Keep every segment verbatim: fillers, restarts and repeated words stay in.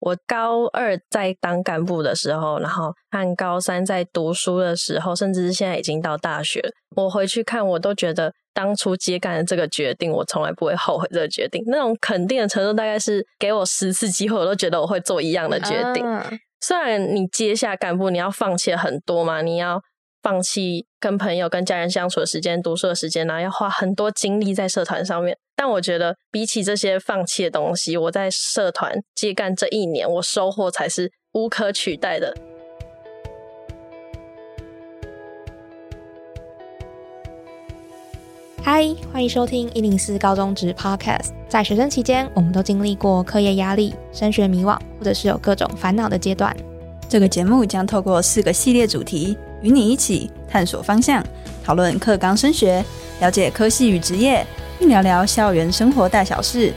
我高二在当干部的时候，然后和高三在读书的时候，甚至是现在已经到大学了，我回去看我都觉得当初接干的这个决定我从来不会后悔这个决定，那种肯定的程度大概是给我十次机会我都觉得我会做一样的决定、啊、虽然你接下干部你要放弃很多嘛，你要放弃跟朋友跟家人相处的时间，读书的时间，然后要花很多精力在社团上面，但我觉得比起这些放弃的东西，我在社团接干这一年我收获才是无可取代的。 嗨，欢迎收听一零四高中职 Podcast。 在学生期间，我们都经历过课业压力、升学迷惘，或者是有各种烦恼的阶段。 这个节目将透过四个系列主题，与你一起探索方向，讨论课纲升学，了解科系与职业，并聊聊校园生活大小事。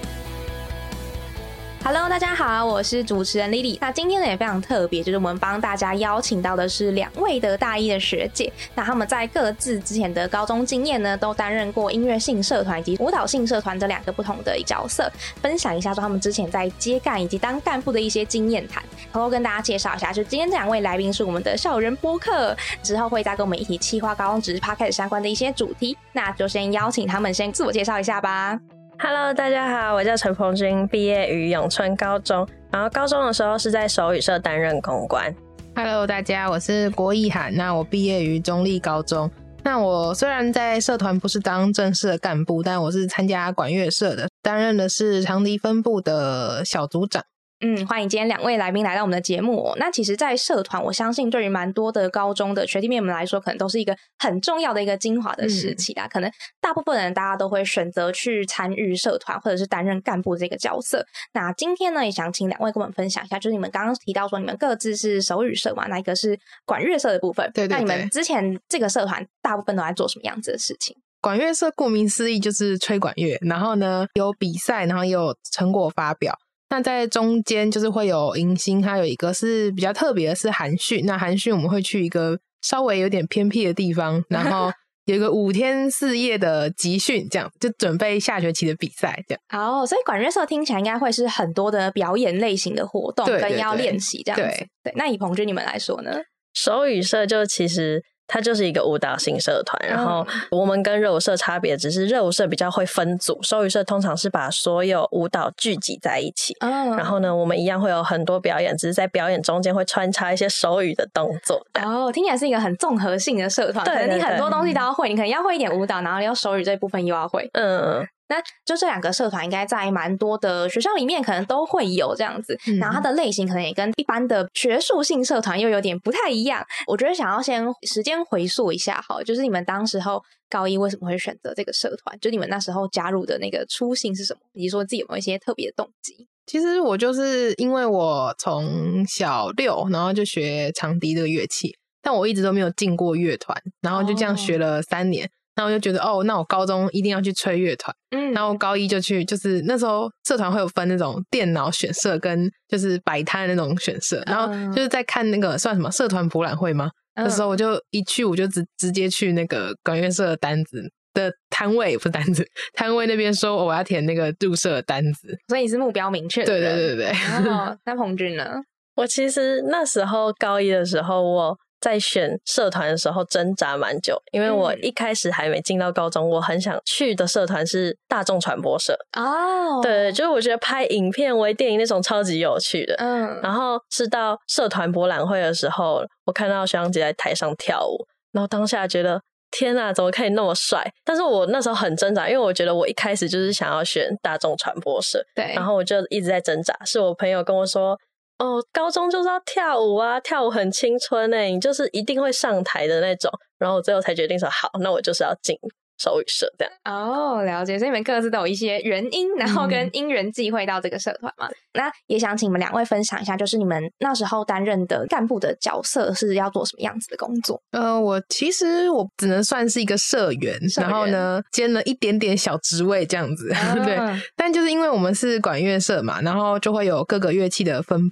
Hello， 大家好，我是主持人 Lily。那今天呢也非常特别，就是我们帮大家邀请到的是两位的大一的学姐。那他们在各自之前的高中经验呢，都担任过音乐性社团以及舞蹈性社团这两个不同的角色，分享一下说他们之前在接干以及当干部的一些经验谈。然后跟大家介绍一下，就今天这两位来宾是我们的校园播客，之后会再跟我们一起企划高中职 Podcast 相关的一些主题。那就先邀请他们先自我介绍一下吧。 Hello， 大家好，我叫陈鹏君，毕业于永春高中，然后高中的时候是在手语社担任公关。 Hello， 大家，我是郭奕涵，那我毕业于中立高中。那我虽然在社团不是当正式的干部，但我是参加管乐社的，担任的是长笛分部的小组长。 嗯，欢迎今天两位来宾来到我们的节目哦。那其实在社团，我相信对于蛮多的高中的学弟妹们来说，可能都是一个很重要的一个精华的时期啦、嗯、可能大部分人大家都会选择去参与社团或者是担任干部这个角色。那今天呢也想请两位跟我们分享一下，就是你们刚刚提到说你们各自是手语社嘛，那一个是管乐社的部分。 对对对。 那你们之前这个社团大部分都在做什么样子的事情？ 管乐社顾名思义就是吹管乐，然后呢有比赛，然后也有成果发表。那在中间就是会有迎新，还有一个是比较特别的是寒训。那寒训我们会去一个稍微有点偏僻的地方，然后有一个五天四夜的集训，这样就准备下学期的比赛这样。 哦、oh, 所以管乐社听起来应该会是很多的表演类型的活动，跟要练习这样子。对对。那以鹏君你们来说呢？ 手语社就其实它就是一个舞蹈性社团，然后我们跟热舞社差别只是热舞社比较会分组，手语社通常是把所有舞蹈聚集在一起、oh. 然后呢我们一样会有很多表演，只是在表演中间会穿插一些手语的动作。 哦、oh, 听起来是一个很综合性的社团，对对对，可能你很多东西都要会，你可能要会一点舞蹈，然后你要手语这一部分又要会。嗯，那就这两个社团应该在蛮多的学校里面可能都会有这样子、嗯、然后它的类型可能也跟一般的学术性社团又有点不太一样。我觉得想要先时间回溯一下好，就是你们当时候高一为什么会选择这个社团，就你们那时候加入的那个初心是什么，以及说自己有没有一些特别的动机？ 其实我就是因为我从小六然后就学长笛这个乐器，但我一直都没有进过乐团，然后就这样学了三年、哦，然后我就觉得哦，那我高中一定要去吹乐团。嗯，然后高一就去，就是那时候社团会有分那种电脑选社跟就是摆摊的那种选社，然后就是在看那个算什么社团博览会吗？那、嗯、时候我就一去我就直直接去那个管乐社的单子的摊位，不是单子摊位那边说、哦、我要填那个入社的单子， 所以你是目标明确的。 对对对对对。 哦，那鹏君呢？ 我其实那时候高一的时候我在选社团的时候挣扎蛮久，因为我一开始还没进到高中、嗯、我很想去的社团是大众传播社。哦，对，就是我觉得拍影片微电影那种超级有趣的。嗯，然后是到社团博览会的时候，我看到学长姐在台上跳舞，然后当下觉得天啊，怎么可以那么帅？但是我那时候很挣扎，因为我觉得我一开始就是想要选大众传播社，对，然后我就一直在挣扎。是我朋友跟我说哦，高中就是要跳舞啊，跳舞很青春欸，你就是一定会上台的那种。然后我最后才决定说好，那我就是要进手语社这样。 哦，了解，所以你们各自都有一些原因，然后跟因缘际会到这个社团嘛、嗯、那也想请你们两位分享一下，就是你们那时候担任的干部的角色是要做什么样子的工作？ 呃，我其实我只能算是一个社员，然后呢兼了一点点小职位这样子、啊、对。但就是因为我们是管乐社嘛，然后就会有各个乐器的分部，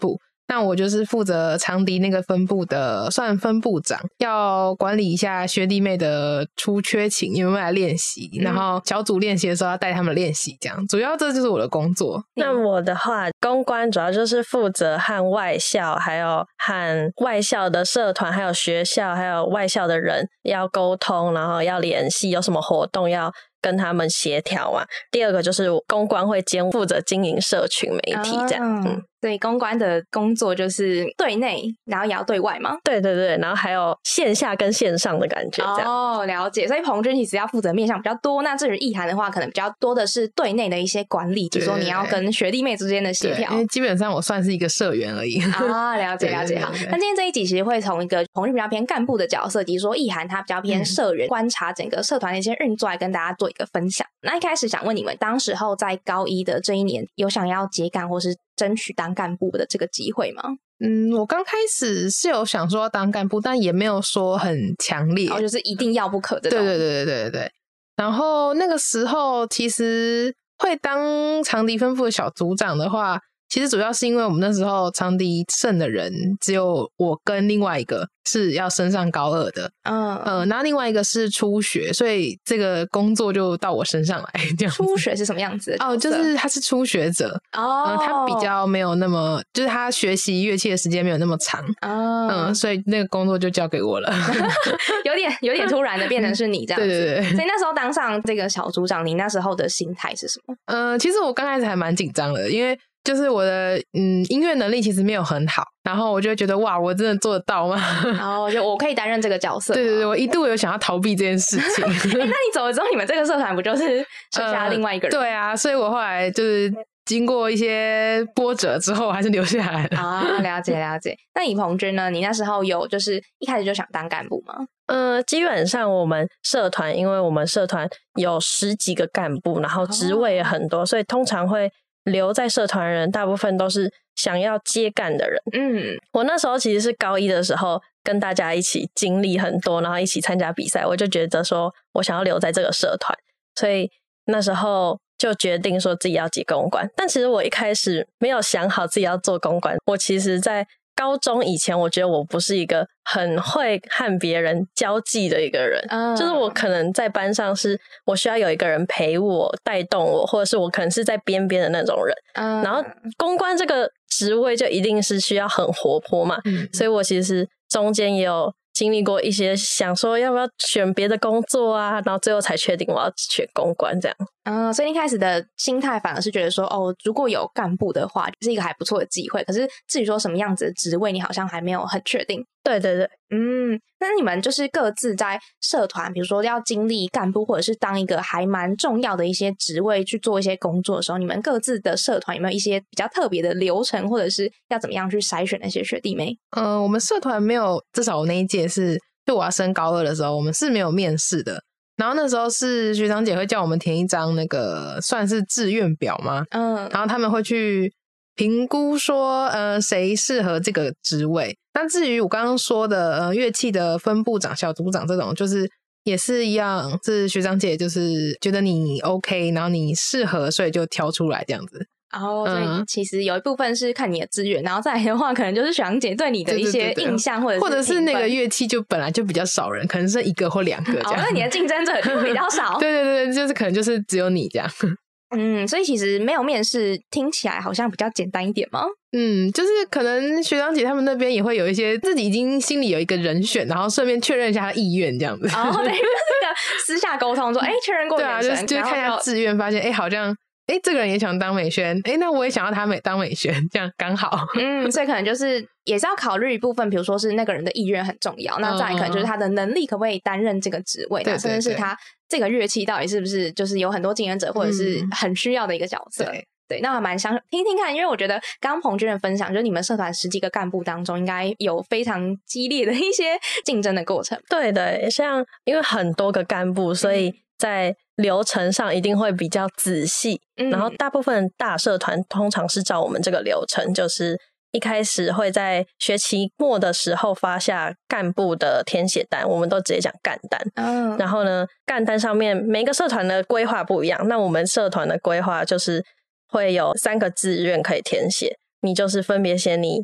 那我就是负责长笛那个分部的，算分部长，要管理一下学弟妹的出缺勤有没有来练习、嗯、然后小组练习的时候要带他们练习，这样主要这就是我的工作。 那我的话，公关主要就是负责和外校还有和外校的社团还有学校还有外校的人要沟通，然后要联系，有什么活动要跟他们协调啊。第二个就是公关会兼负责经营社群媒体这样、哦、嗯， 对，公关的工作就是对内然后也要对外吗？ 对对对，然后还有线下跟线上的感觉这样。 哦，了解。所以彭君其实要负责面向比较多，那至于易涵的话可能比较多的是对内的一些管理，比如说你要跟学弟妹之间的协调。 因为基本上我算是一个社员而已。 啊，了解了解。好，那今天这一集其实会从一个彭君比较偏干部的角色，以及说易涵他比较偏社员、嗯、观察整个社团的一些运作来跟大家做一个分享。那一开始想问你们，当时候在高一的这一年有想要接干或是争取当干部的这个机会吗？ 嗯，我刚开始是有想说要当干部，但也没有说很强烈， 然后、哦、就是一定要不可这种。 对对对对对对。然后那个时候其实会当长笛分部的小组长的话，其实主要是因为我们那时候长笛剩的人只有我跟另外一个是要升上高二的，嗯呃，然后另外一个是初学，所以这个工作就到我身上来这样子。 初学是什么样子的？ 哦，就是他是初学者哦、呃，他比较没有那么，就是他学习乐器的时间没有那么长哦，嗯，所以那个工作就交给我了。 有点有点突然的变成是你这样子。 对对对。 所以那时候当上这个小组长，你那时候的心态是什么？ 呃，其实我刚开始还蛮紧张的，因为就是我的嗯音乐能力其实没有很好，然后我就觉得哇，我真的做得到吗？ 然后就我可以担任这个角色。 对对对，我一度有想要逃避这件事情。 欸、那你走了之后，你们这个社团不就是剩下另外一个人、 呃？对啊，所以我后来就是经过一些波折之后，还是留下来了。 啊，了解了解。那以彭君呢？你那时候有就是一开始就想当干部吗？ 呃，基本上我们社团，因为我们社团有十几个干部，然后职位也很多，哦、所以通常会留在社团的人大部分都是想要接干的人。嗯，我那时候其实是高一的时候跟大家一起经历很多，然后一起参加比赛，我就觉得说我想要留在这个社团，所以那时候就决定说自己要接公关。但其实我一开始没有想好自己要做公关，我其实在高中以前我觉得我不是一个很会和别人交际的一个人、嗯、就是我可能在班上是我需要有一个人陪我带动我，或者是我可能是在边边的那种人、嗯、然后公关这个职位就一定是需要很活泼嘛、嗯、所以我其实中间也有经历过一些想说要不要选别的工作啊，然后最后才确定我要选公关这样。 嗯，所以一开始的心态反而是觉得说哦，如果有干部的话是一个还不错的机会，可是至于说什么样子的职位你好像还没有很确定。 对对对。 嗯，那你们就是各自在社团比如说要经历干部或者是当一个还蛮重要的一些职位去做一些工作的时候，你们各自的社团有没有一些比较特别的流程，或者是要怎么样去筛选那些学弟妹？ 嗯、呃，我们社团没有，至少我那一届是就我要升高二的时候我们是没有面试的，然后那时候是学长姐会叫我们填一张那个算是志愿表嘛，嗯，然后他们会去评估说呃谁适合这个职位。那至于我刚刚说的呃乐器的分部长小组长这种，就是也是一样，是学长姐就是觉得你 OK 然后你适合，所以就挑出来这样子。 哦，所以其实有一部分是看你的资源、嗯、然后再来的话可能就是学长姐对你的一些印象， 对对对对，或者是或者是那个乐器就本来就比较少人，可能是一个或两个这样。 哦，那你的竞争者就比较少。 对对对，就是可能就是只有你这样。 嗯，所以其实没有面试听起来好像比较简单一点吗？ 嗯，就是可能学长姐他们那边也会有一些自己已经心里有一个人选，然后顺便确认一下他意愿这样子。 哦，对，这个私下沟通说，哎，确认过眼神， 对啊，就是就是看一下志愿，发现哎好像。哎，这个人也想当美宣，哎，那我也想要他美当美宣，这样刚好。 嗯，所以可能就是也是要考虑一部分，比如说是那个人的意愿很重要，那再来可能就是他的能力可不可以担任这个职位， 对对对， 甚至是他这个乐器到底是不是就是有很多竞争者或者是很需要的一个角色。嗯，对对，那我蛮想听听看，因为我觉得刚刚彭君的分享，就是你们社团十几个干部当中，应该有非常激烈的一些竞争的过程。 对的，像因为很多个干部，所以在流程上一定会比较仔细，嗯，然后大部分大社团通常是照我们这个流程，就是一开始会在学期末的时候发下干部的填写单，我们都直接讲干单。嗯，然后呢，干单上面每个社团的规划不一样，那我们社团的规划就是会有三个志愿可以填写，你就是分别写你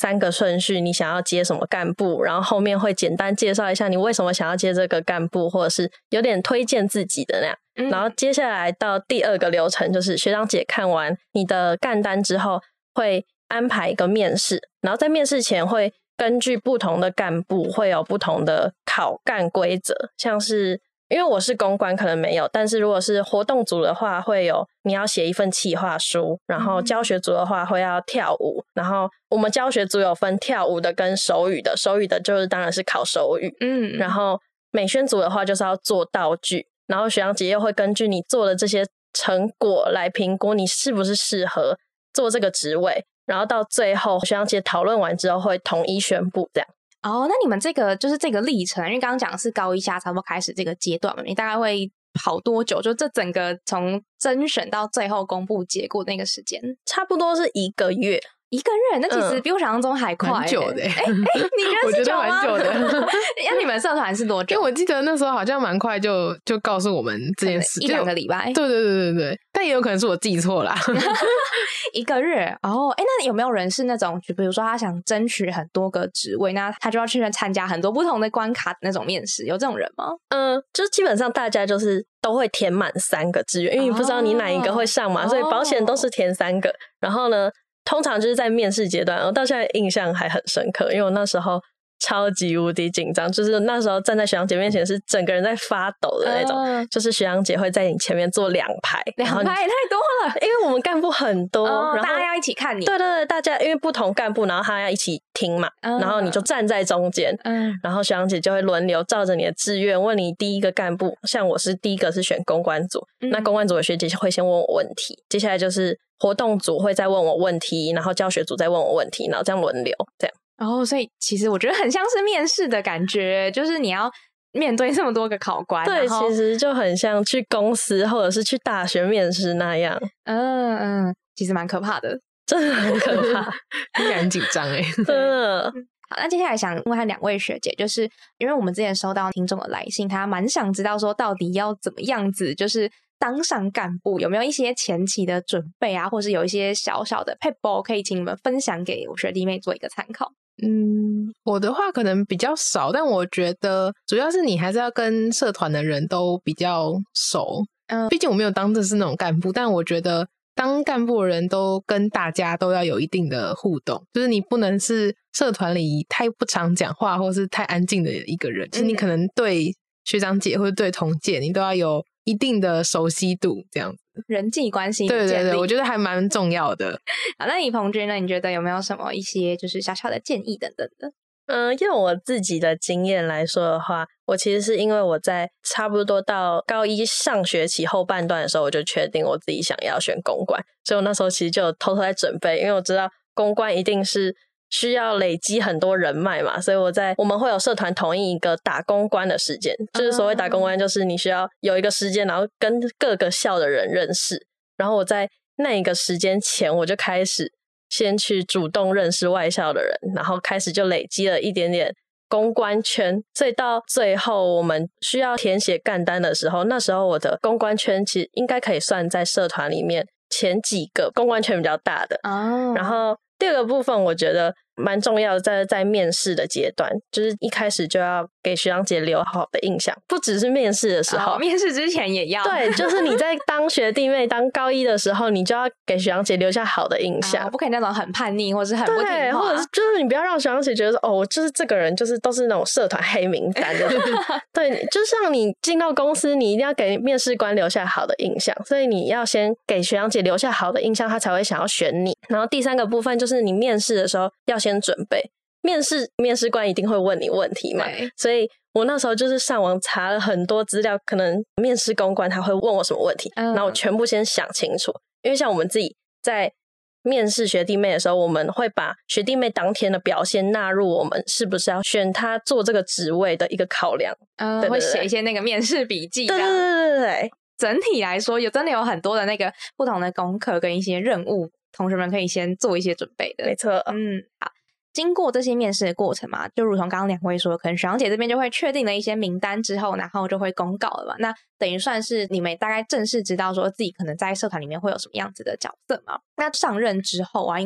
三个顺序，你想要接什么干部，然后后面会简单介绍一下你为什么想要接这个干部，或者是有点推荐自己的那样、嗯、然后接下来到第二个流程，就是学长姐看完你的干单之后会安排一个面试，然后在面试前会根据不同的干部会有不同的考干规则，像是因为我是公关可能没有，但是如果是活动组的话会有你要写一份企划书，然后教学组的话会要跳舞，然后我们教学组有分跳舞的跟手语的，手语的就是当然是考手语，嗯，然后美宣组的话就是要做道具，然后学长姐又会根据你做的这些成果来评估你是不是适合做这个职位，然后到最后学长姐讨论完之后会统一宣布这样。 哦，那你们这个就是这个历程，因为刚刚讲的是高一下差不多开始这个阶段嘛，你大概会跑多久？就这整个从甄选到最后公布结果那个时间， 差不多是一个月。 一个月，那其实比我想象中还快、欸， 蛮、嗯、久的、欸。 哎、欸、哎、欸，你觉得是久吗？ 我觉得蛮久的。 那你们社团是多久？ 因为我记得那时候好像蛮快就就告诉我们这件事， 一两个礼拜。 对对对对对，但也有可能是我记错啦。 一个月哦，哎、欸，那有没有人是那种，就比如说他想争取很多个职位，那他就要去参加很多不同的关卡的那种面试，有这种人吗？ 嗯，就基本上大家就是都会填满三个志愿，因为你不知道你哪一个会上嘛，哦、所以保险都是填三个。然后呢，通常就是在面试阶段，我到现在印象还很深刻，因为我那时候超级无敌紧张，就是那时候站在学长姐面前是整个人在发抖的那种、呃、就是学长姐会在你前面坐两排， 两排也太多了， 因为我们干部很多、 哦、 然后大家要一起看你， 对对对，大家因为不同干部，然后他要一起听嘛、呃、然后你就站在中间、呃、然后学长姐就会轮流照着你的志愿问你第一个干部，像我是第一个是选公关组、嗯、那公关组的学姐会先问我问题，接下来就是活动组会再问我问题，然后教学组再问我问题，然后这样轮流这样。 哦，所以其实我觉得很像是面试的感觉，就是你要面对这么多个考官。 对，其实就很像去公司或者是去大学面试那样。 嗯嗯，其实蛮可怕的， 真的很可怕， 听起来很紧张哎， 真的。 好，那接下来想问下两位学姐，就是因为我们之前收到听众的来信，他蛮想知道说到底要怎么样子，就是当上干部有没有一些前期的准备啊，或是有一些小小的撇步可以请你们分享给我学弟妹做一个参考。 嗯，我的话可能比较少，但我觉得主要是你还是要跟社团的人都比较熟。嗯，毕竟我没有当的是那种干部，但我觉得当干部的人都跟大家都要有一定的互动，就是你不能是社团里太不常讲话或是太安静的一个人，就是你可能对学长姐或者对同届你都要有一定的熟悉度，这样子人际关系的建立， 对对对，我觉得还蛮重要的。 好，那你彭君呢？你觉得有没有什么一些就是小小的建议等等的？ 嗯，用我自己的经验来说的话，我其实是因为我在差不多到高一上学期后半段的时候，我就确定我自己想要选公关，所以我那时候其实就有偷偷在准备，因为我知道公关一定是需要累积很多人脉嘛，所以我在我们会有社团统一一个打公关的时间，就是所谓打公关就是你需要有一个时间，然后跟各个校的人认识，然后我在那一个时间前我就开始先去主动认识外校的人，然后开始就累积了一点点公关圈，所以到最后我们需要填写干单的时候，那时候我的公关圈其实应该可以算在社团里面前几个公关圈比较大的、oh. 然后第二个部分我觉得蛮重要的，在在面试的阶段，就是一开始就要给学长姐留好的印象，不只是面试的时候、 哦、面试之前也要， 对，就是你在当学弟妹当高一的时候，你就要给学长姐留下好的印象、 哦、不可以那种很叛逆或是很不听话， 对，或者是就是你不要让学长姐觉得说哦，我就是这个人就是都是那种社团黑名单的对，就像你进到公司你一定要给面试官留下好的印象，所以你要先给学长姐留下好的印象，他才会想要选你。然后第三个部分就是你面试的时候要先准备，面试面试官一定会问你问题嘛，所以我那时候就是上网查了很多资料，可能面试公关他会问我什么问题、嗯、然后我全部先想清楚，因为像我们自己在面试学弟妹的时候，我们会把学弟妹当天的表现纳入我们是不是要选他做这个职位的一个考量， 嗯，对对对，会写一些那个面试笔记， 对对对对对， 整体来说有真的有很多的那个不同的功课跟一些任务，同学们可以先做一些准备的。 没错， 嗯，好。经过这些面试的过程嘛，就如同刚刚两位说，可能学长姐这边就会确定了一些名单之后，然后就会公告了嘛。那等于算是你们大概正式知道说自己可能在社团里面会有什么样子的角色嘛。那上任之后啊，因为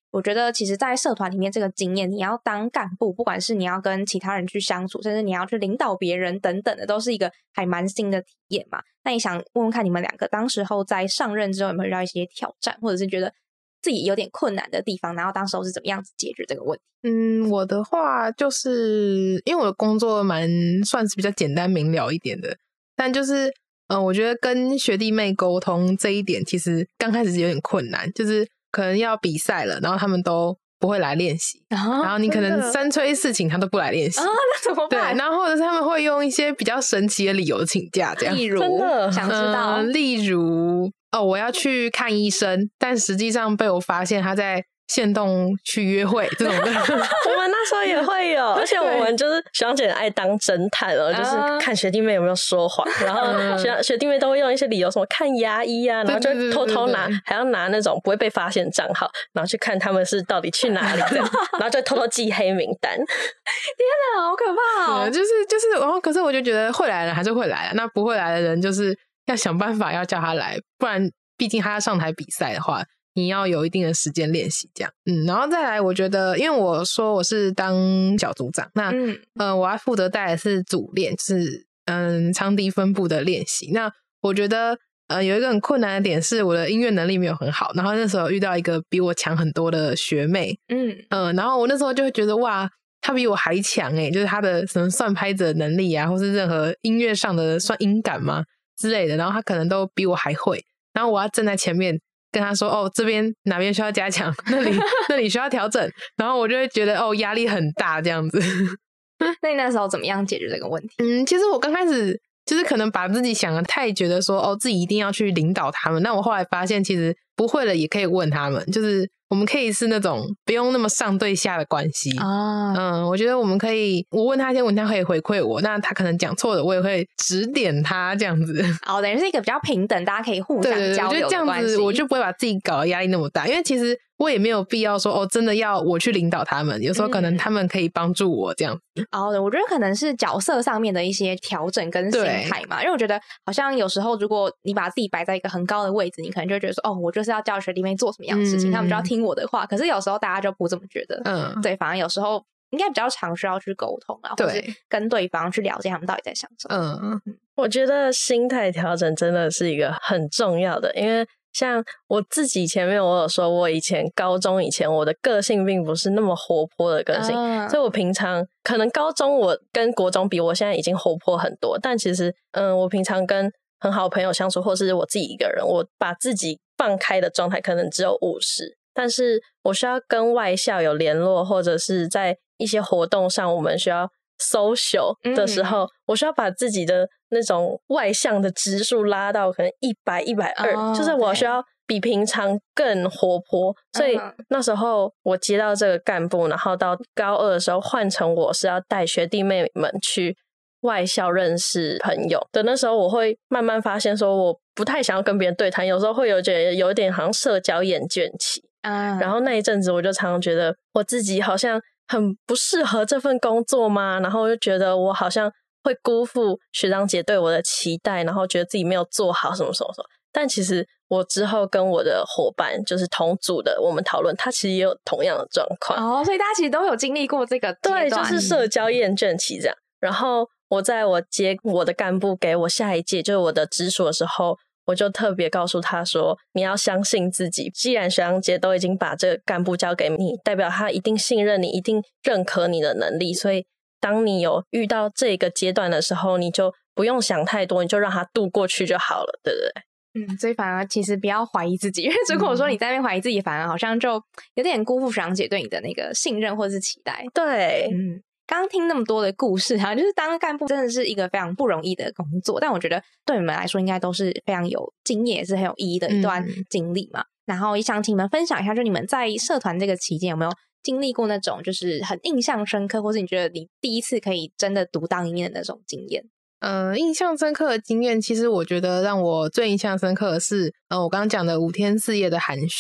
我觉得其实在社团里面这个经验，你要当干部，不管是你要跟其他人去相处，甚至你要去领导别人等等的，都是一个还蛮新的体验嘛。那也想问问看你们两个当时候在上任之后有没有遇到一些挑战，或者是觉得自己有点困难的地方，然后当时候是怎么样子解决这个问题？ 嗯，我的话就是因为我的工作蛮算是比较简单明了一点的，但就是嗯、呃，我觉得跟学弟妹沟通这一点其实刚开始是有点困难，就是可能要比赛了，然后他们都不会来练习、啊、然后你可能三催四请他都不来练习啊， 那怎么办？ 对，然后或者是他们会用一些比较神奇的理由请假，这样。 例如想知道、 呃、例如哦，我要去看医生，但实际上被我发现他在限动去约会这种的。 我们那时候也会有，而且我们就是学长姐爱当侦探了，就是看学弟妹有没有说谎，然后学学弟妹都会用一些理由，什么看牙医啊，然后就偷偷拿，还要拿那种不会被发现账号，然后去看他们是到底去哪里这样，然后就偷偷记黑名单。 天哪，好可怕哦！ 就是就是，然后可是我就觉得会来的人还是会来的，那不会来的人就是要想办法要叫他来，不然毕竟他要上台比赛的话，你要有一定的时间练习这样。嗯，然后再来我觉得因为我说我是当小组长，那嗯呃我要负责带的是组练，就是嗯长笛分部的练习。那我觉得呃有一个很困难的点是我的音乐能力没有很好，然后那时候遇到一个比我强很多的学妹，嗯呃然后我那时候就会觉得哇他比我还强诶，就是他的什么算拍子的能力啊，或是任何音乐上的算音感嘛之类的，然后他可能都比我还会，然后我要站在前面跟他说哦这边哪边需要加强，那里那里需要调整，然后我就会觉得哦压力很大这样子。 那你那时候怎么样解决这个问题？ 嗯，其实我刚开始就是可能把自己想的太觉得说哦自己一定要去领导他们，那我后来发现其实不会了也可以问他们，就是我们可以是那种不用那么上对下的关系啊。嗯，我觉得我们可以，我问他一些问题，他可以回馈我，那他可能讲错了，我也会指点他这样子。 哦，等于是一个比较平等，大家可以互相交流的关系。对对对，我觉得这样子我就不会把自己搞得压力那么大，因为其实我也没有必要说哦，真的要我去领导他们，有时候可能他们可以帮助我这样子。 嗯、哦，我觉得可能是角色上面的一些调整跟心态嘛，因为我觉得好像有时候如果你把自己摆在一个很高的位置，你可能就会觉得说哦，我就是要叫学弟妹做什么样的事情、嗯、他们就要听我的话，可是有时候大家就不这么觉得。嗯，对，反而有时候应该比较常需要去沟通啊，或者是跟对方去了解他们到底在想什么。 嗯，我觉得心态调整真的是一个很重要的，因为像我自己前面我有说我以前高中以前我的个性并不是那么活泼的个性、嗯、所以我平常可能高中我跟国中比我现在已经活泼很多，但其实嗯，我平常跟很好的朋友相处或是我自己一个人，我把自己放开的状态可能只有五十，但是我需要跟外校有联络，或者是在一些活动上我们需要 social 的时候、嗯、我需要把自己的那种外向的指数拉到可能一百、一百二十，就是我需要比平常更活泼、嗯、所以那时候我接到这个干部，然后到高二的时候换成我是要带学弟妹们去外校认识朋友的，那时候我会慢慢发现说我不太想要跟别人对谈，有时候会有觉得有点好像社交厌倦期、嗯、然后那一阵子我就常常觉得我自己好像很不适合这份工作嘛，然后我就觉得我好像会辜负学长姐对我的期待，然后觉得自己没有做好什么什么什么，但其实我之后跟我的伙伴就是同组的我们讨论，他其实也有同样的状况哦，所以大家其实都有经历过这个阶段， 对，就是社交厌倦期这样。然后我在我接我的干部给我下一届就是我的直属的时候，我就特别告诉他说你要相信自己，既然学长姐都已经把这个干部交给你，代表他一定信任你，一定认可你的能力，所以当你有遇到这个阶段的时候，你就不用想太多，你就让他度过去就好了，对不对？ 嗯，所以反而其实不要怀疑自己，因为如果说你在那边怀疑自己、嗯、反而好像就有点辜负学长姐对你的那个信任或者是期待。 对， 嗯，刚刚听那么多的故事啊，就是当干部真的是一个非常不容易的工作，但我觉得对你们来说应该都是非常有经验也是很有意义的一段经历嘛、嗯、然后也想请你们分享一下，就你们在社团这个期间有没有经历过那种就是很印象深刻，或是你觉得你第一次可以真的独当一面的那种经验？ 呃，印象深刻的经验，其实我觉得让我最印象深刻的是，呃，我刚刚讲的五天四夜的寒训。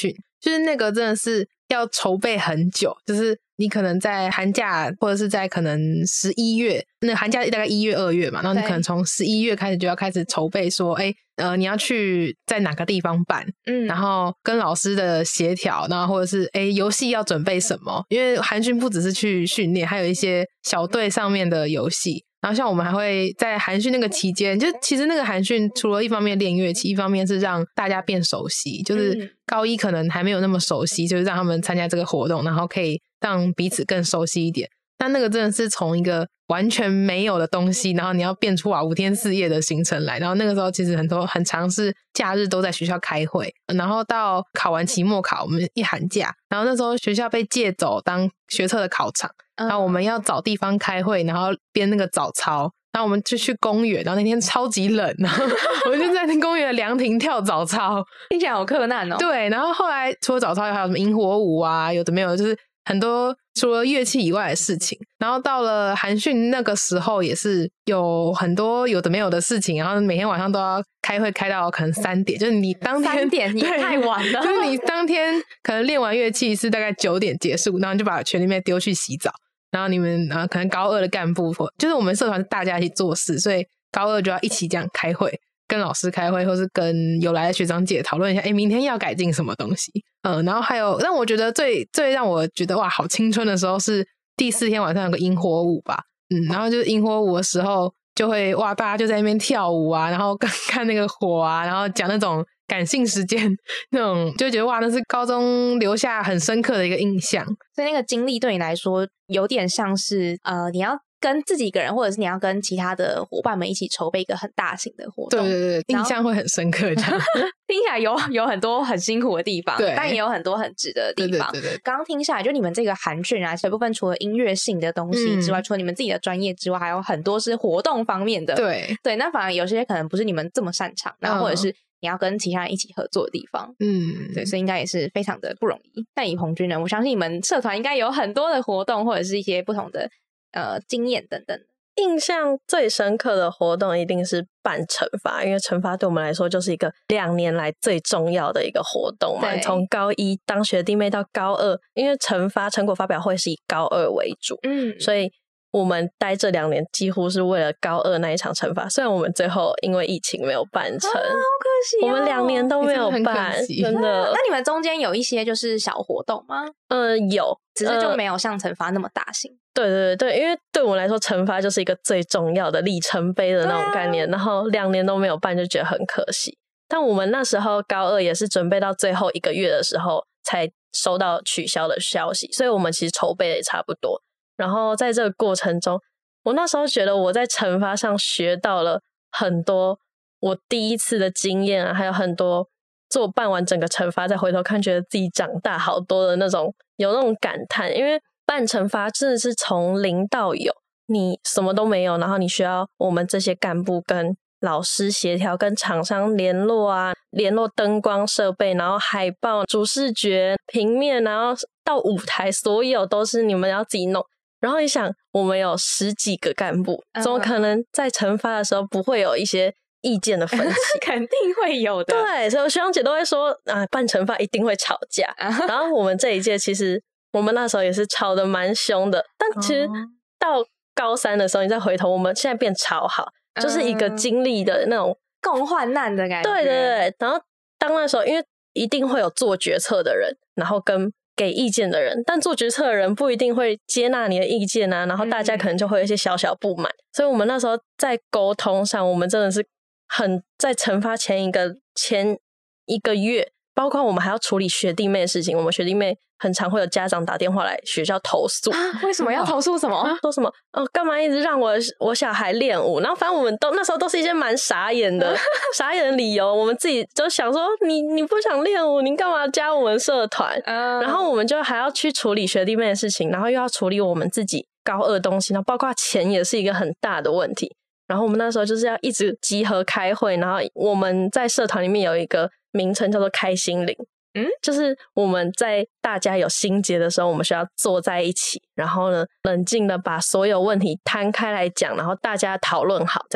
就是那个真的是要筹备很久，就是你可能在寒假或者是在可能十一月，那寒假大概一月二月嘛，然后你可能从十一月开始就要开始筹备说，哎，呃，你要去在哪个地方办，嗯，然后跟老师的协调，然后或者是哎游戏要准备什么，因为寒训不只是去训练，还有一些小队上面的游戏。然后像我们还会在寒训那个期间，就其实那个寒训除了一方面练乐器，一方面是让大家变熟悉，就是高一可能还没有那么熟悉，就是让他们参加这个活动，然后可以让彼此更熟悉一点。但那个真的是从一个完全没有的东西，然后你要变出啊五天四夜的行程来，然后那个时候其实很多很常是假日都在学校开会，然后到考完期末考我们一寒假，然后那时候学校被借走当学测的考场，然后我们要找地方开会，然后编那个早操，然后我们就去公园，然后那天超级冷，然后我们就在那公园的凉亭跳早操， 听起来好困难哦。 对，然后后来除了早操还有什么萤火舞啊，有的没有的，就是很多除了乐器以外的事情。然后到了寒训那个时候也是有很多有的没有的事情，然后每天晚上都要开会开到可能三点，就是你当天三点也太晚了， 就是你当天可能练完乐器是大概九点结束，然后你就把全里面丢去洗澡，然后你们啊可能高二的干部就是我们社团是大家一起做事，所以高二就要一起这样开会，跟老师开会，或是跟有来的学长姐讨论一下，哎，明天要改进什么东西。嗯，然后还有让我觉得最最让我觉得哇好青春的时候是第四天晚上有个萤火舞吧，嗯，然后就是萤火舞的时候就会哇大家就在那边跳舞啊，然后看那个火啊，然后讲那种感性时间那种，就觉得哇那是高中留下很深刻的一个印象。 所以那个经历对你来说有点像是呃你要跟自己一个人，或者是你要跟其他的伙伴们一起筹备一个很大型的活动。 对对对，印象会很深刻这样听起来有有很多很辛苦的地方，但也有很多很值得的地方。 对对对对， 刚刚听下来就你们这个寒训啊，这部分除了音乐性的东西之外、嗯、除了你们自己的专业之外，还有很多是活动方面的。 对对，那反而有些可能不是你们这么擅长，然后或者是你要跟其他人一起合作的地方。嗯，对，所以应该也是非常的不容易。但以鹏君呢，我相信你们社团应该有很多的活动，或者是一些不同的呃经验等等。 印象最深刻的活动一定是办惩罚，因为惩罚对我们来说就是一个两年来最重要的一个活动嘛。从高一当学弟妹到高二，因为惩罚成果发表会是以高二为主，嗯，所以我们待这两年几乎是为了高二那一场惩罚。虽然我们最后因为疫情没有办成，啊、好可惜、哦， 我们两年都没有办，真的。 那你们中间有一些就是小活动吗？ 呃，有， 只是就没有像惩罚那么大型。呃对对对，因为对我们来说惩罚就是一个最重要的里程碑的那种概念、啊、然后两年都没有办就觉得很可惜。但我们那时候高二也是准备到最后一个月的时候才收到取消的消息，所以我们其实筹备的也差不多。然后在这个过程中，我那时候觉得我在惩罚上学到了很多我第一次的经验啊，还有很多做办完整个惩罚再回头看觉得自己长大好多的那种，有那种感叹。因为办惩罚真的是从零到有，你什么都没有，然后你需要我们这些干部跟老师协调，跟厂商联络啊，联络灯光设备，然后海报、主视觉、平面，然后到舞台，所有都是你们要自己弄。然后你想，我们有十几个干部，怎么可能在惩罚的时候不会有一些意见的分歧？ 肯定会有的。 对，所以学长姐都会说啊，办惩罚一定会吵架。然后我们这一届其实我们那时候也是吵得蛮凶的，但其实到高三的时候你再回头，我们现在变超好，就是一个经历的那种共患难的感觉。 对对对，然后当那时候因为一定会有做决策的人，然后跟给意见的人，但做决策的人不一定会接纳你的意见啊，然后大家可能就会有一些小小不满、嗯、所以我们那时候在沟通上，我们真的是很在惩罚前一个前一个月，包括我们还要处理学弟妹的事情，我们学弟妹很常会有家长打电话来学校投诉、 啊、为什么要投诉什么、 啊、说什么哦，干嘛一直让我我小孩练舞，然后反正我们都那时候都是一些蛮傻眼的傻眼的理由，我们自己就想说你你不想练舞，你干嘛加我们社团、uh... 然后我们就还要去处理学弟妹的事情，然后又要处理我们自己高二东西，然后包括钱也是一个很大的问题。然后我们那时候就是要一直集合开会，然后我们在社团里面有一个名称叫做开心灵，嗯，就是我们在大家有心结的时候，我们需要坐在一起，然后呢冷静的把所有问题摊开来讲，然后大家讨论好这样。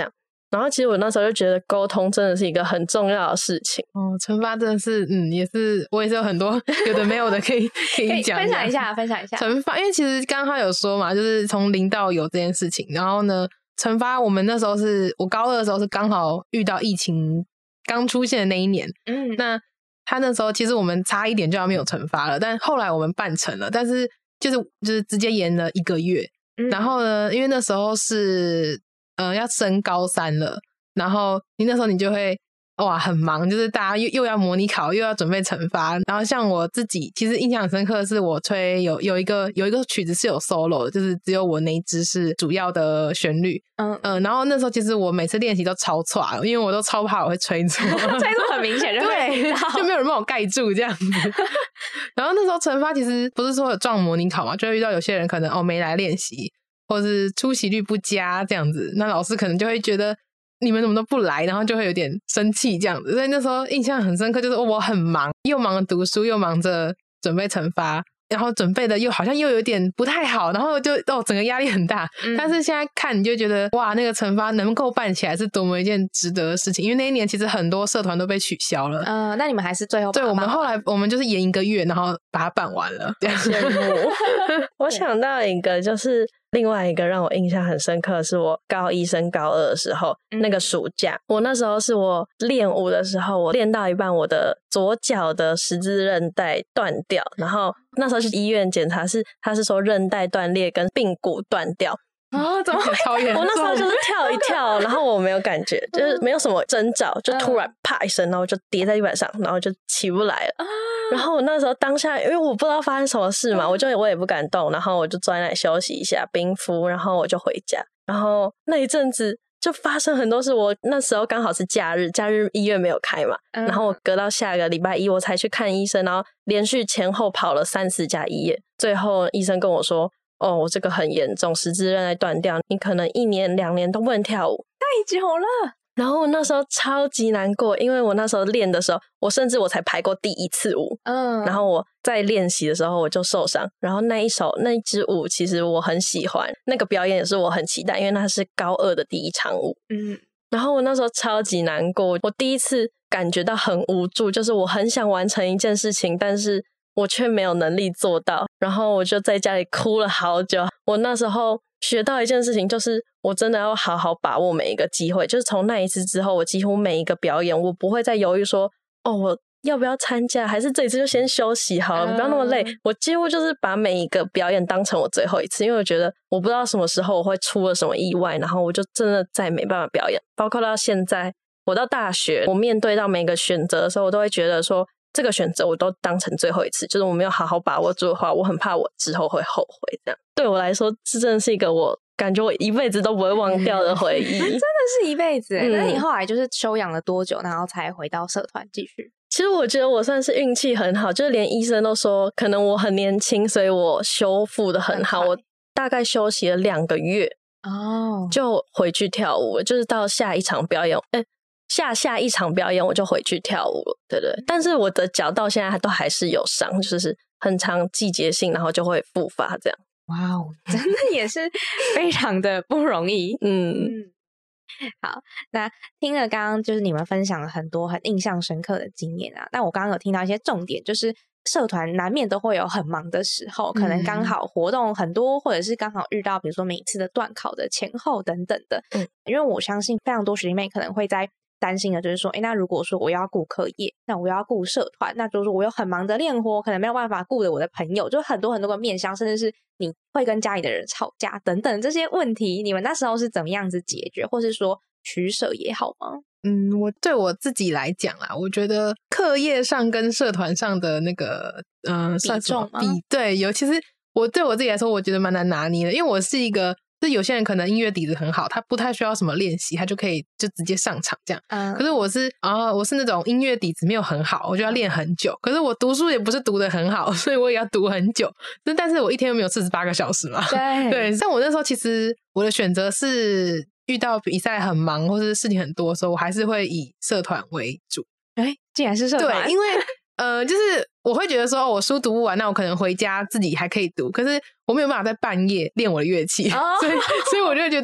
然后其实我那时候就觉得沟通真的是一个很重要的事情哦。惩罚真的是，嗯，也是我也是有很多有的没有的可以可以讲分享一下，分享一下惩罚。因为其实刚刚他有说嘛，就是从零到有这件事情。然后呢，惩罚我们那时候是我高二的时候是刚好遇到疫情刚出现的那一年，嗯，那他那时候其实我们差一点就要没有惩罚了，但后来我们办成了，但是就是就是直接延了一个月。嗯、然后呢，因为那时候是呃要升高三了，然后你那时候你就会哇很忙，就是大家又又要模拟考，又要准备惩罚。然后像我自己其实印象很深刻的是我吹有有一个有一个曲子是有 solo 的，就是只有我那一支是主要的旋律。嗯嗯、呃，然后那时候其实我每次练习都超差，因为我都超怕我会吹错， 吹错很明显就对，就没有人帮我盖住这样子。然后那时候惩罚其实不是说有撞模拟考嘛，就会遇到有些人可能哦没来练习，或是出席率不佳这样子，那老师可能就会觉得你们怎么都不来，然后就会有点生气这样子。所以那时候印象很深刻，就是我很忙，又忙着读书，又忙着准备惩罚，然后准备的又好像又有点不太好，然后就哦整个压力很大。嗯、但是现在看你就觉得哇，那个惩罚能够办起来是多么一件值得的事情。因为那一年其实很多社团都被取消了。 嗯、呃，那你们还是最后把它对，我们后来我们就是延一个月，然后把它办完了。这样羡慕。我想到一个就是另外一个让我印象很深刻的是我高一升高二的时候、嗯、那个暑假，我那时候是我练舞的时候，我练到一半我的左脚的十字韧带断掉，然后那时候去医院检查是他是说韧带断裂跟髌骨断掉。 啊，怎么会超严重？ 我那时候就是跳一跳，然后我没有感觉，就是没有什么征兆，就突然啪一声，然后就跌在地板上，然后就起不来了。然后我那时候当下，因为我不知道发生什么事嘛，我就我也不敢动，然后我就坐在那里休息一下，冰敷，然后我就回家。然后那一阵子就发生很多事，我那时候刚好是假日，假日医院没有开嘛，然后我隔到下个礼拜一我才去看医生，然后连续前后跑了三四家医院，最后医生跟我说，哦，我这个很严重，十字韧带断掉，你可能一年两年都不能跳舞， 太久了。 然后我那时候超级难过，因为我那时候练的时候，我甚至我才排过第一次舞，嗯，然后我在练习的时候我就受伤，然后那一首那一支舞其实我很喜欢，那个表演也是我很期待，因为那是高二的第一场舞，嗯，然后我那时候超级难过，我第一次感觉到很无助，就是我很想完成一件事情，但是我却没有能力做到，然后我就在家里哭了好久。我那时候学到一件事情，就是我真的要好好把握每一个机会，就是从那一次之后，我几乎每一个表演我不会再犹豫说哦我要不要参加，还是这一次就先休息好了，不要那么累，我几乎就是把每一个表演当成我最后一次，因为我觉得我不知道什么时候我会出了什么意外，然后我就真的再没办法表演。包括到现在我到大学，我面对到每个选择的时候，我都会觉得说这个选择我都当成最后一次，就是我没有好好把握住的话，我很怕我之后会后悔。这样对我来说这真的是一个我感觉我一辈子都不会忘掉的回忆。真的是一辈子、欸嗯、那你后来就是休养了多久然后才回到社团继续？ 其实我觉得我算是运气很好，就是连医生都说可能我很年轻，所以我修复的很好，我大概休息了两个月哦，就回去跳舞了，就是到下一场表演诶下下一场表演我就回去跳舞了，对对。但是我的脚到现在都还是有伤，就是很常季节性，然后就会复发这样。 哇哦，真的也是非常的不容易。嗯嗯，好，那听了刚刚就是你们分享了很多很印象深刻的经验啊，但我刚刚有听到一些重点，就是社团难免都会有很忙的时候，可能刚好活动很多、嗯、或者是刚好遇到比如说每一次的段考的前后等等的。嗯，因为我相信非常多学弟妹可能会在担心的就是说，诶，那如果说我要顾课业，那我要顾社团，那就是我有很忙的练活，可能没有办法顾的我的朋友，就很多很多个面向，甚至是你会跟家里的人吵架等等这些问题，你们那时候是怎么样子解决，或是说取舍也好吗？ 嗯，我对我自己来讲啦，我觉得课业上跟社团上的那个嗯、呃、 比重吗？ 比对，尤其是我对我自己来说，我觉得蛮难拿捏的，因为我是一个。就是有些人可能音乐底子很好，他不太需要什么练习，他就可以就直接上场这样。嗯，可是我是啊，我是那种音乐底子没有很好，我就要练很久。可是我读书也不是读得很好，所以我也要读很久。但是我一天又没有四十八个小时嘛。 对对，像我那时候其实我的选择是遇到比赛很忙或是事情很多的时候，我还是会以社团为主。 哎，竟然是社团？ 对，因为呃，就是我会觉得说，哦，我书读不完，那我可能回家自己还可以读，可是我没有办法在半夜练我的乐器，哦、所以所以我就会觉得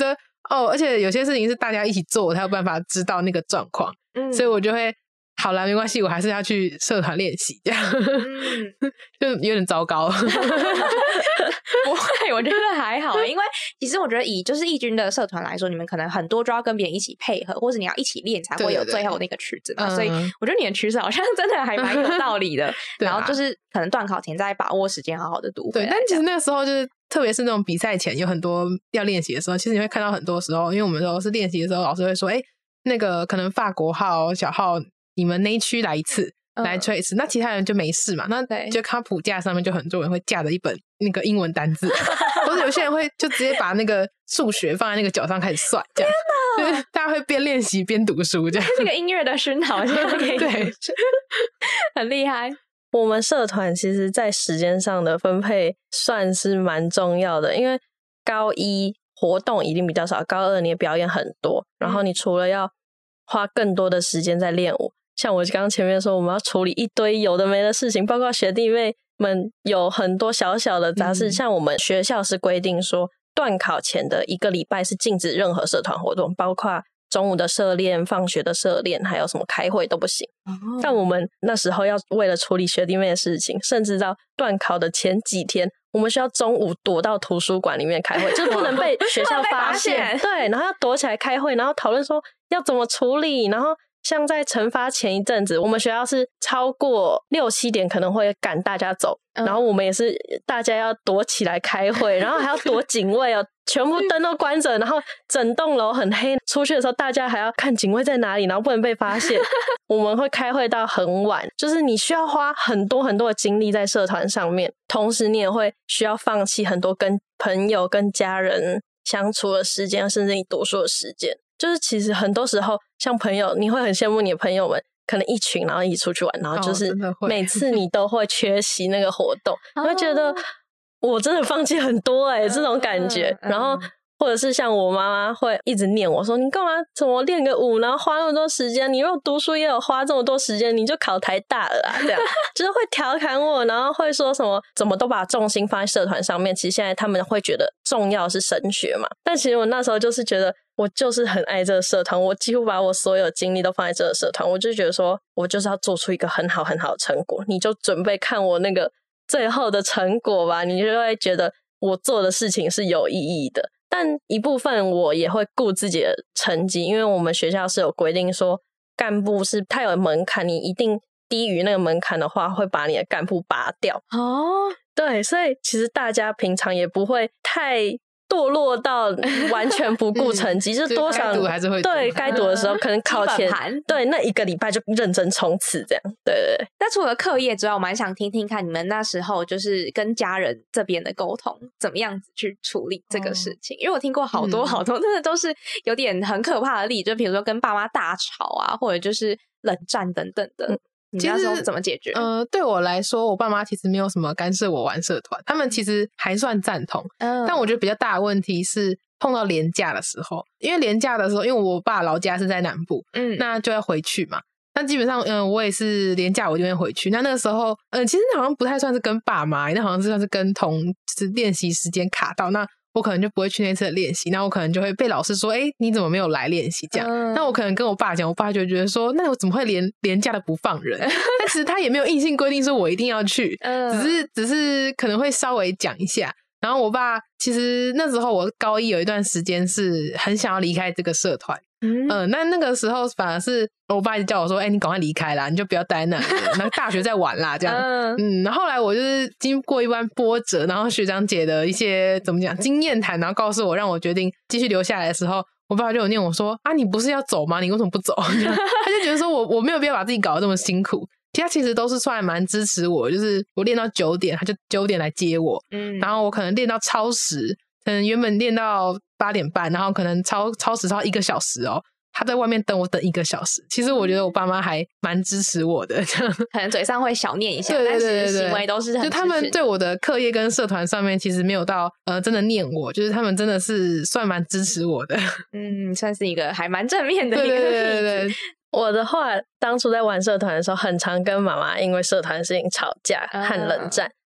哦，而且有些事情是大家一起做我才有办法知道那个状况，嗯，所以我就会好啦没关系，我还是要去社团练习这样，嗯，就有点糟糕。 不会，我觉得还好，因为其实我觉得以就是义军的社团来说，你们可能很多就要跟别人一起配合，或者你要一起练才会有最后那个曲子嘛，对对对，所以我觉得你的曲子好像真的还蛮有道理的。然后就是可能段考前再把握时间好好的读回来。 对，但其实那个时候就是特别是那种比赛前有很多要练习的时候，其实你会看到很多时候，因为我们都是练习的时候，老师会说，哎，那个可能法国号、小号你们那一区来一次。来吹一次，那其他人就没事嘛，那就看谱架上面就很多人会架着一本那个英文单字，或者有些人会就直接把那个数学放在那个脚上开始算，这样，就是大家会边练习边读书这样。 这个音乐的熏陶， 对， 很厉害。 我们社团其实在时间上的分配算是蛮重要的，因为高一活动一定比较少，高二你的表演很多，然后你除了要花更多的时间在练舞，像我刚刚前面说我们要处理一堆有的没的事情，包括学弟妹们有很多小小的杂事、嗯、像我们学校是规定说段考前的一个礼拜是禁止任何社团活动，包括中午的社练、放学的社练，还有什么开会都不行、哦、但我们那时候要为了处理学弟妹的事情，甚至到段考的前几天我们需要中午躲到图书馆里面开会，就是不能被学校发现对，然后要躲起来开会，然后讨论说要怎么处理，然后像在惩罚前一阵子，我们学校是超过六七点可能会赶大家走、嗯、然后我们也是大家要躲起来开会，然后还要躲警卫哦，全部灯都关着，然后整栋楼很黑，出去的时候大家还要看警卫在哪里，然后不能被发现。我们会开会到很晚，就是你需要花很多很多的精力在社团上面，同时你也会需要放弃很多跟朋友跟家人相处的时间，甚至你读书的时间。就是其实很多时候像朋友，你会很羡慕你的朋友们可能一群然后一起出去玩，然后就是每次你都会缺席那个活动、哦、你会觉得我真的放弃很多欸、嗯、这种感觉、嗯、然后或者是像我妈妈会一直念我说你干嘛怎么练个舞然后花那么多时间，你如果读书也有花这么多时间你就考台大了啦，这样就是会调侃我，然后会说什么怎么都把重心放在社团上面，其实现在他们会觉得重要是升学嘛，但其实我那时候就是觉得我就是很爱这个社团，我几乎把我所有精力都放在这个社团，我就觉得说我就是要做出一个很好很好的成果，你就准备看我那个最后的成果吧，你就会觉得我做的事情是有意义的。但一部分我也会顾自己的成绩，因为我们学校是有规定说干部是它有门槛，你一定低于那个门槛的话会把你的干部拔掉哦。对，所以其实大家平常也不会太堕落到完全不顾成绩、嗯、就是多少该读还是会读， 对，该读的时候可能考前对那一个礼拜就认真冲刺这样。对对对。 那除了课业之外，我蛮想听听看你们那时候就是跟家人这边的沟通怎么样子去处理这个事情、哦、因为我听过好多好多、嗯、真的都是有点很可怕的例子，就比如说跟爸妈大吵啊，或者就是冷战等等的、嗯，你那时候怎么解决？ 呃，对我来说，我爸妈其实没有什么干涉我玩社团，他们其实还算赞同。嗯，但我觉得比较大的问题是碰到连假的时候，因为连假的时候，因为我爸老家是在南部，嗯，那就要回去嘛。那基本上，嗯、呃，我也是连假我就会回去。那那个时候，嗯、呃，其实好像不太算是跟爸妈，那好像是算是跟同就是练习时间卡到那。我可能就不会去那次的练习，那我可能就会被老师说，哎、欸，你怎么没有来练习这样、嗯、那我可能跟我爸讲，我爸就觉得说，那我怎么会连连假的不放人但其实他也没有硬性规定说我一定要去、嗯、只是只是可能会稍微讲一下。然后我爸其实那时候我高一有一段时间是很想要离开这个社团，嗯、呃，那那个时候反而是我爸一直叫我说，哎、欸，你赶快离开啦，你就不要待在那里了，那大学再玩啦这样。嗯, 嗯，然后后来我就是经过一番波折，然后学长姐的一些怎么讲经验谈，然后告诉我让我决定继续留下来的时候，我爸就有念我说，啊，你不是要走吗？你为什么不走？他就觉得说我我没有必要把自己搞得这么辛苦。其实他其实都是算蛮支持我，就是我练到九点他就九点来接我，嗯，然后我可能练到超时，可能原本练到八点半，然后可能超超时超一个小时哦，他在外面等我等一个小时。其实我觉得我爸妈还蛮支持我的， 可能嘴上会小念一下，对对对对对，但是行为都是很支持。 就他们对我的课业跟社团上面其实没有到呃真的念我，就是他们真的是算蛮支持我的， 嗯，算是一个还蛮正面的一个例子。对对对对对。 我的话当初在玩社团的时候很常跟妈妈因为社团的事情吵架和冷战、嗯、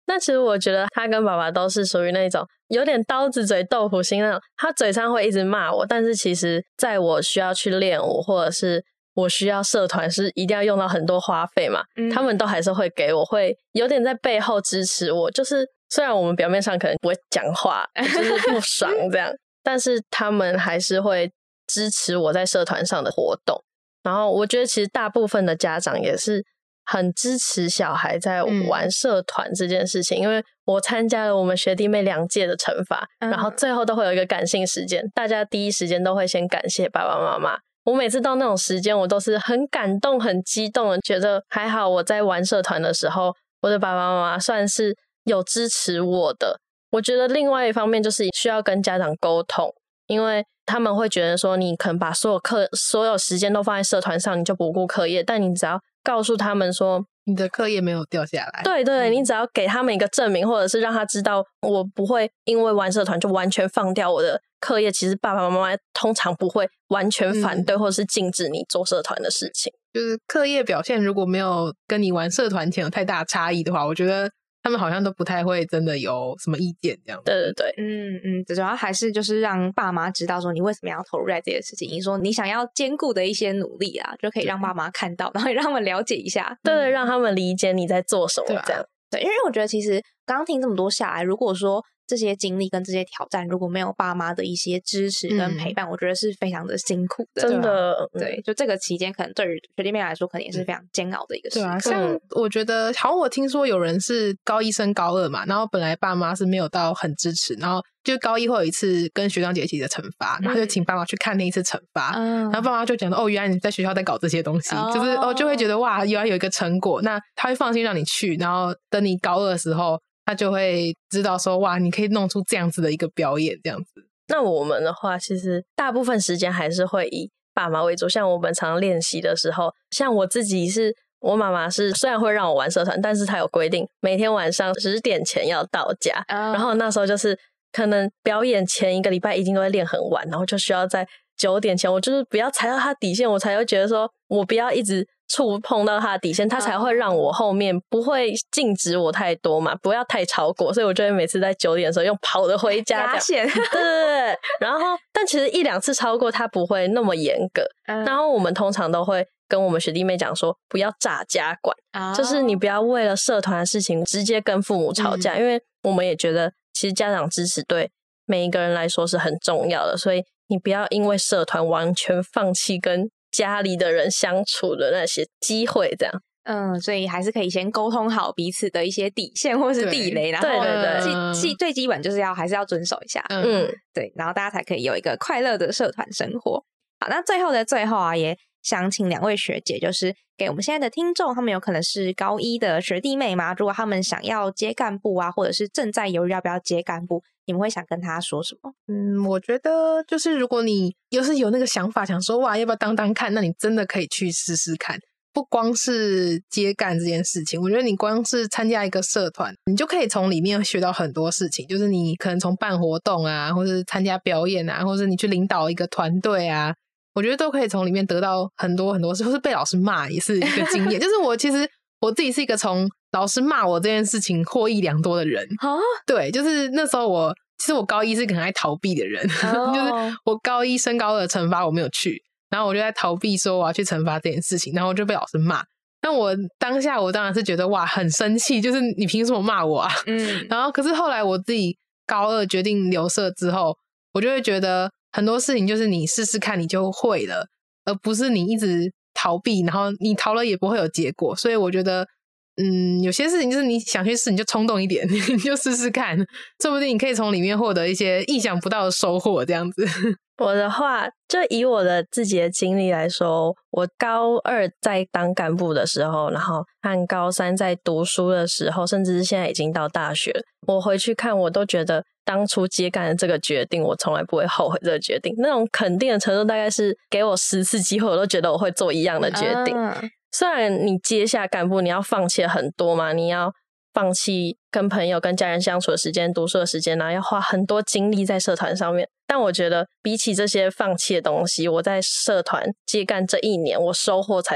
那其实我觉得他跟爸爸都是属于那种有点刀子嘴豆腐心那种，他嘴上会一直骂我，但是其实在我需要去练舞或者是我需要社团是一定要用到很多花费嘛、嗯、他们都还是会给我，会有点在背后支持我，就是虽然我们表面上可能不会讲话，就是不爽这样但是他们还是会支持我在社团上的活动。然后我觉得其实大部分的家长也是很支持小孩在玩社团这件事情、嗯、因为我参加了我们学弟妹两届的惩罚、嗯、然后最后都会有一个感性时间，大家第一时间都会先感谢爸爸妈妈。我每次到那种时间我都是很感动很激动的，觉得还好我在玩社团的时候我的爸爸妈妈算是有支持我的。我觉得另外一方面就是需要跟家长沟通，因为他们会觉得说你可能把所有课所有时间都放在社团上，你就不顾课业，但你只要告诉他们说你的课业没有掉下来， 对对、嗯、你只要给他们一个证明，或者是让他知道我不会因为玩社团就完全放掉我的课业，其实爸爸妈妈通常不会完全反对、嗯、或者是禁止你做社团的事情。 就是课业表现如果没有跟你玩社团前有太大差异的话，我觉得他们好像都不太会真的有什么意见这样。 对对对， 嗯嗯，主要还是就是让爸妈知道说你为什么要投入在这些事情，你说你想要兼顾的一些努力啊，就可以让爸妈看到，然后也让他们了解一下， 对对、嗯，让他们理解你在做什么这样。 对，因为我觉得其实刚刚听这么多下来，如果说这些经历跟这些挑战如果没有爸妈的一些支持跟陪伴、嗯、我觉得是非常的辛苦的， 真的。 对、嗯、就这个期间可能对于学弟妹来说可能也是非常煎熬的一个时刻。 对啊，像我觉得好像我听说有人是高一升高二嘛，然后本来爸妈是没有到很支持，然后就高一会有一次跟学长姐一起的惩罚，然后就请爸妈去看那一次惩罚、嗯、然后爸妈就讲哦原来你在学校在搞这些东西、哦、就是哦就会觉得哇原来有一个成果，那他会放心让你去，然后等你高二的时候他就会知道说哇你可以弄出这样子的一个表演这样子。 那我们的话其实大部分时间还是会以爸妈为主，像我们常练习的时候，像我自己是我妈妈是虽然会让我玩社团，但是她有规定每天晚上十点前要到家、oh. 然后那时候就是可能表演前一个礼拜一定都会练很晚，然后就需要在九点前我就是不要踩到她底线，我才会觉得说我不要一直触碰到他的底线，他才会让我后面不会禁止我太多嘛，不要太超过，所以我就会每次在九点的时候用跑的回家压线对对对，然后但其实一两次超过他不会那么严格、嗯、然后我们通常都会跟我们学弟妹讲说不要炸家管、哦、就是你不要为了社团的事情直接跟父母吵架、嗯、因为我们也觉得其实家长支持对每一个人来说是很重要的，所以你不要因为社团完全放弃跟家里的人相处的那些机会这样。 嗯，所以还是可以先沟通好彼此的一些底线或是地雷，然后对对对，最基本就是要还是要遵守一下。嗯，对，然后大家才可以有一个快乐的社团生活。好，那最后的最后啊，也想请两位学姐就是给我们现在的听众，他们有可能是高一的学弟妹嘛，如果他们想要接干部啊，或者是正在犹豫要不要接干部，你们会想跟他说什么？ 嗯，我觉得就是如果你要是有那个想法想说哇要不要当当看，那你真的可以去试试看。不光是接干这件事情，我觉得你光是参加一个社团，你就可以从里面学到很多事情，就是你可能从办活动啊，或是参加表演啊，或是你去领导一个团队啊，我觉得都可以从里面得到很多很多事，或是被老师骂也是一个经验就是我其实我自己是一个从老师骂我这件事情获益良多的人、哦、对，就是那时候我其实我高一是很爱逃避的人、哦、就是我高一升高二的惩罚我没有去，然后我就在逃避说我要去惩罚这件事情，然后我就被老师骂。但我当下我当然是觉得哇很生气，就是你凭什么骂我啊？嗯，然后可是后来我自己高二决定留社之后，我就会觉得很多事情就是你试试看你就会了，而不是你一直逃避，然后你逃了也不会有结果。所以我觉得嗯，有些事情就是你想去试你就冲动一点你就试试看，说不定你可以从里面获得一些意想不到的收获这样子。 我的话就以我的自己的经历来说，我高二在当干部的时候，然后和高三在读书的时候，甚至是现在已经到大学，我回去看我都觉得当初接干的这个决定我从来不会后悔这个决定，那种肯定的程度大概是给我十次机会我都觉得我会做一样的决定、啊、虽然你接下干部你要放弃很多嘛，你要放弃跟朋友跟家人相处的时间，读书的时间，然后要花很多精力在社团上面，但我觉得比起这些放弃的东西，我在社团接干这一年我收获才是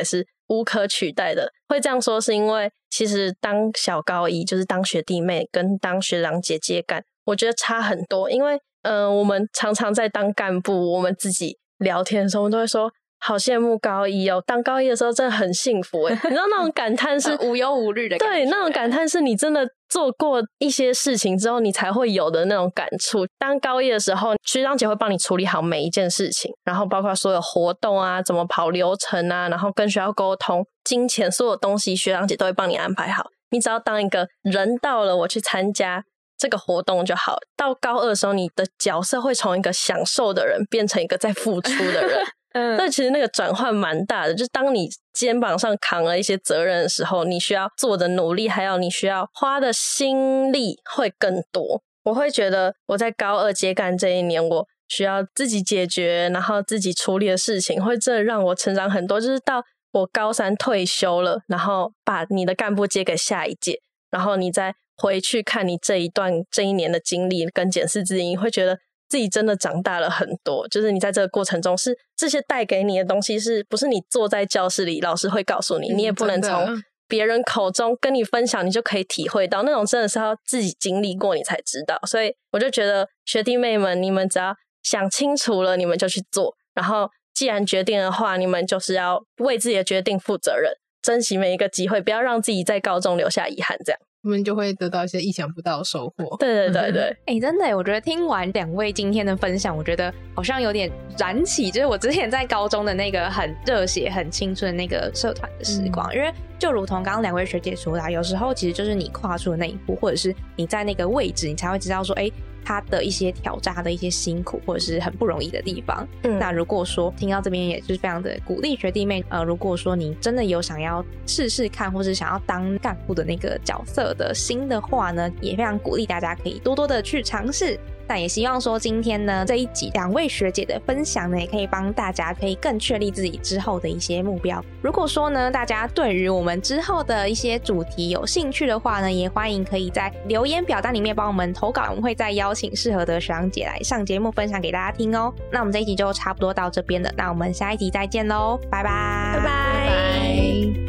无可取代的。会这样说是因为其实当小高一就是当学弟妹跟当学长姐接干，我觉得差很多。因为呃，我们常常在当干部，我们自己聊天的时候，我们都会说好羡慕高一哦，当高一的时候真的很幸福耶。你知道那种感叹是无忧无虑的感觉， 对，那种感叹是你真的做过一些事情之后你才会有的那种感触。当高一的时候，学长姐会帮你处理好每一件事情，然后包括所有活动啊，怎么跑流程啊，然后跟学校沟通，金钱所有东西学长姐都会帮你安排好，你只要当一个人到了我去参加这个活动就好。到高二的时候，你的角色会从一个享受的人变成一个在付出的人嗯，所以其实那个转换蛮大的，就是当你肩膀上扛了一些责任的时候，你需要做的努力还有你需要花的心力会更多。我会觉得我在高二接干这一年，我需要自己解决然后自己处理的事情会真的让我成长很多。就是到我高三退休了，然后把你的干部接给下一届，然后你再回去看你这一段这一年的经历跟检视自己，你会觉得自己真的长大了很多。就是你在这个过程中，是这些带给你的东西是不是你坐在教室里老师会告诉你、嗯、你也不能从别人口中跟你分享你就可以体会到，那种真的是要自己经历过你才知道。所以我就觉得学弟妹们，你们只要想清楚了你们就去做，然后既然决定的话，你们就是要为自己的决定负责任，珍惜每一个机会，不要让自己在高中留下遗憾，这样我们就会得到一些意想不到的收获。 对对对对， 哎、欸，真的耶，我觉得听完两位今天的分享，我觉得好像有点燃起，就是我之前在高中的那个很热血、很青春的那个社团的时光。嗯、因为就如同刚刚两位学姐说的，有时候其实就是你跨出的那一步，或者是你在那个位置，你才会知道说，哎、欸。他的一些挑战，他的一些辛苦，或者是很不容易的地方。嗯，那如果说听到这边，也是非常的鼓励学弟妹。呃，如果说你真的有想要试试看，或是想要当干部的那个角色的心的话呢，也非常鼓励大家可以多多的去尝试。那也希望说今天呢这一集两位学姐的分享呢，也可以帮大家可以更确立自己之后的一些目标。如果说呢大家对于我们之后的一些主题有兴趣的话呢，也欢迎可以在留言表单里面帮我们投稿，我们会再邀请适合的学长姐来上节目分享给大家听哦。那我们这一集就差不多到这边了，那我们下一集再见咯，拜拜拜拜。